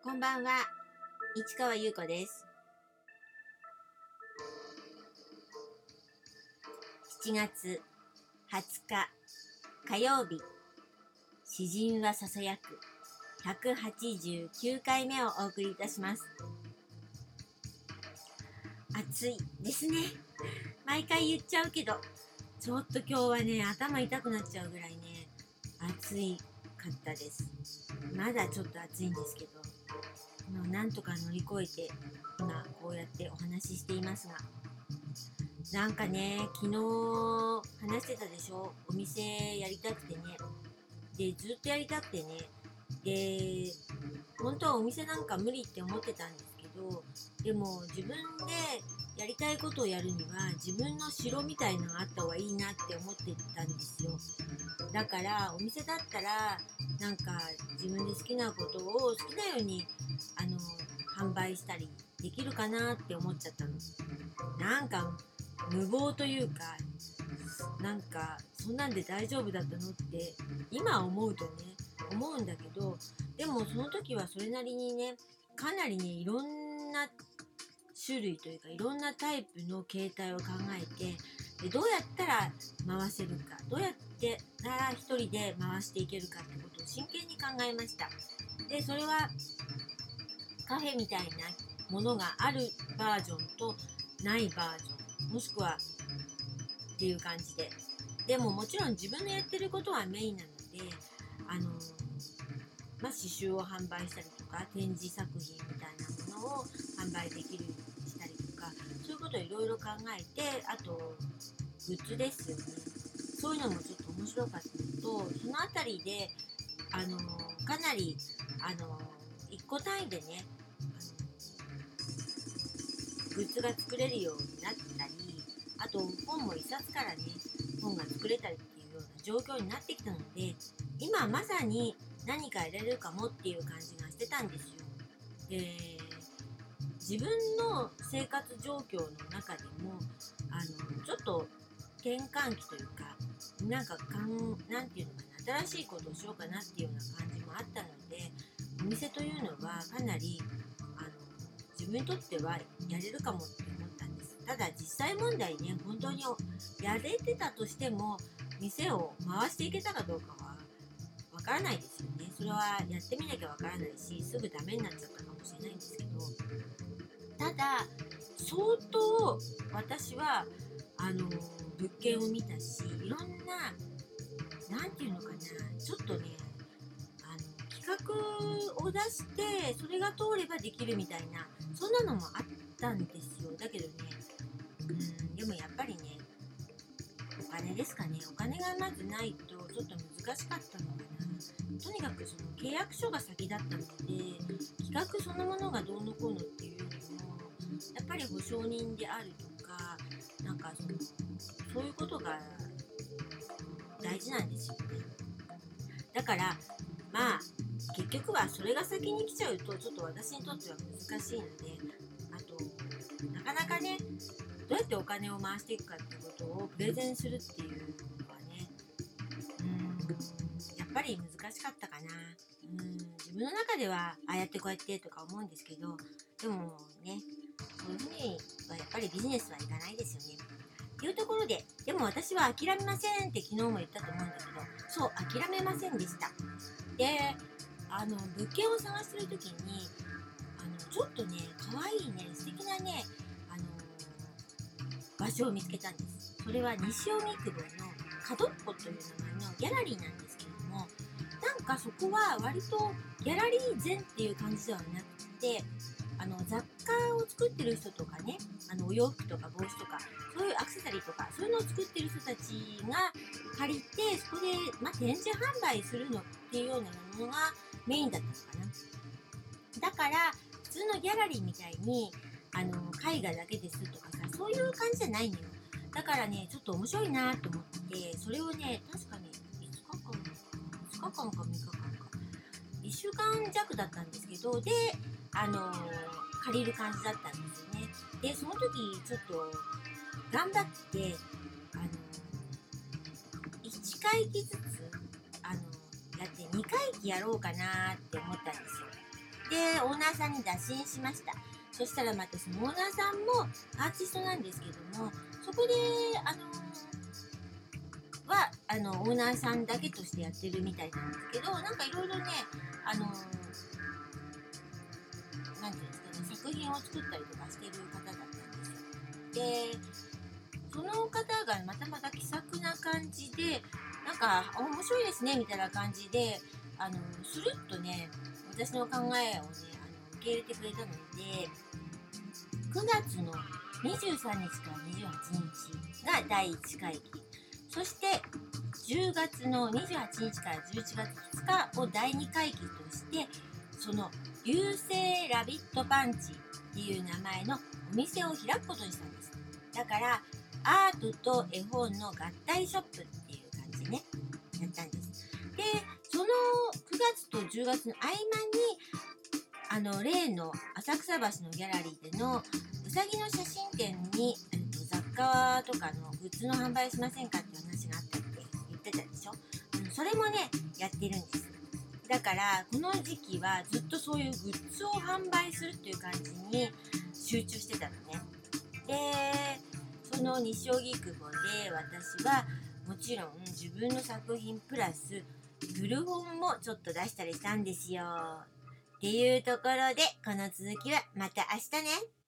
こんばんは、市川優子です。7月20日火曜日、詩人はささやく189回目をお送りいたします。暑いですね。毎回言っちゃうけど、ちょっと今日はね、頭痛くなっちゃうぐらいね、暑いかったです。まだちょっと暑いんですけど、なんとか乗り越えて今こうやってお話ししていますが、なんかね、昨日話してたでしょ。お店やりたくてね。で、ずっとやりたくてね。で、本当はお店なんか無理って思ってたんですけど、でも自分でやりたいことをやるには自分の城みたいのがあった方がいいなって思ってたんですよ。だからお店だったらなんか自分で好きなことを好きなように販売したりできるかなって思っちゃったの。なんか無謀というか、なんかそんなんで大丈夫だったのって今思うとね、思うんだけど、でもその時はそれなりにね、かなりね、いろんな種類というかいろんなタイプの携帯を考えて、でどうやったら回せるか、どうやってたら一人で回していけるかってことを真剣に考えました。でそれはカフェみたいなものがあるバージョンとないバージョン、もしくはっていう感じで、でももちろん自分のやってることはメインなので、刺繍を販売したりとか展示作品みたいなものを販売できるようにしたりとか、そういうことをいろいろ考えて、あとグッズですよね。そういうのもちょっと面白かったのと、そのあたりでかなり1個単位でね、グッズが作れるようになったり、あと本も一冊からね、本が作れたりっていうような状況になってきたので、今まさに何かやれるかもっていう感じがしてたんですよ。で、自分の生活状況の中でもちょっと転換期というか、なんていうのかな、新しいことをしようかなっていうような感じもあったので、お店というのはかなり自分にとってはやれるかもって思ったんです。ただ実際問題ね、本当にやれてたとしても店を回していけたかどうかはわからないですよね。それはやってみなきゃわからないし、すぐダメになっちゃったかもしれないんですけど、ただ相当私は物件を見たし、いろんな、なんていうのかな、ちょっとね、企画を出してそれが通ればできるみたいな、そんなのもあったんですよ。だけどね、でもやっぱりね、お金ですかね。お金がまずないとちょっと難しかったのかな。とにかくその契約書が先だったので、企画そのものがどうのこうのっていうよりも、やっぱり保証人であるとか、なんかそういうことが大事なんですよね。だからまあ結局はそれが先に来ちゃうとちょっと私にとっては難しいので、あとなかなかね、どうやってお金を回していくかってことをプレゼンするっていうのはね、やっぱり難しかったかな。自分の中ではああやってこうやってとか思うんですけど、でもね、そういうふうにはやっぱりビジネスはいかないですよね。っていうところで、でも私は諦めませんって昨日も言ったと思うんだけど、そう、諦めませんでした。で、物件を探してる時に、ちょっとね、可愛いね、素敵なね、あの場所を見つけたんです。それは西荻窪の角っこという名前のギャラリーなんですけれども、なんかそこは割とギャラリー前っていう感じではなくて、雑貨を作ってる人とかね、お洋服とか帽子とか、そういうアクセサリーとか、そういうのを作ってる人たちが借りて、そこで、展示販売するのっていうようなものがメインだったのかな。だから、普通のギャラリーみたいに、絵画だけですとかさ、そういう感じじゃないのよ。だからね、ちょっと面白いなと思って、それをね、確かね、5日間か6日間か、1週間弱だったんですけど、で、借りる感じだったんですよね。で、その時、ちょっと、頑張って、あの1回忌ずつ、やって2回忌やろうかなって思ったんですよ。 でオーナーさんに打診しました。そしたらまたそのオーナーさんもアーティストなんですけども、そこでオーナーさんだけとしてやってるみたいなんですけど、なんかいろいろね、なんていうんですかね、作品を作ったりとかしてる方だったんですよ。で、その方がまたまた気さくな感じで、なんか面白いですねみたいな感じで、スルッとね、私の考えをね、受け入れてくれたので、9月の23日から28日が第1回忌、そして10月の28日から11月2日を第2回忌として、その流星ラビットパンチっていう名前のお店を開くことにしたんです。だからアートと絵本の合体ショップっていう感じね、やったんです。で、その9月と10月の合間に例の浅草橋のギャラリーでのうさぎの写真展に、雑貨とかのグッズの販売しませんかっていう話があったって言ってたでしょ。それもねやってるんです。だからこの時期はずっとそういうグッズを販売するっていう感じに集中してたのね。で、その西荻窪で私はもちろん自分の作品プラス古本もちょっと出したりしたんですよ。っていうところで、この続きはまた明日ね。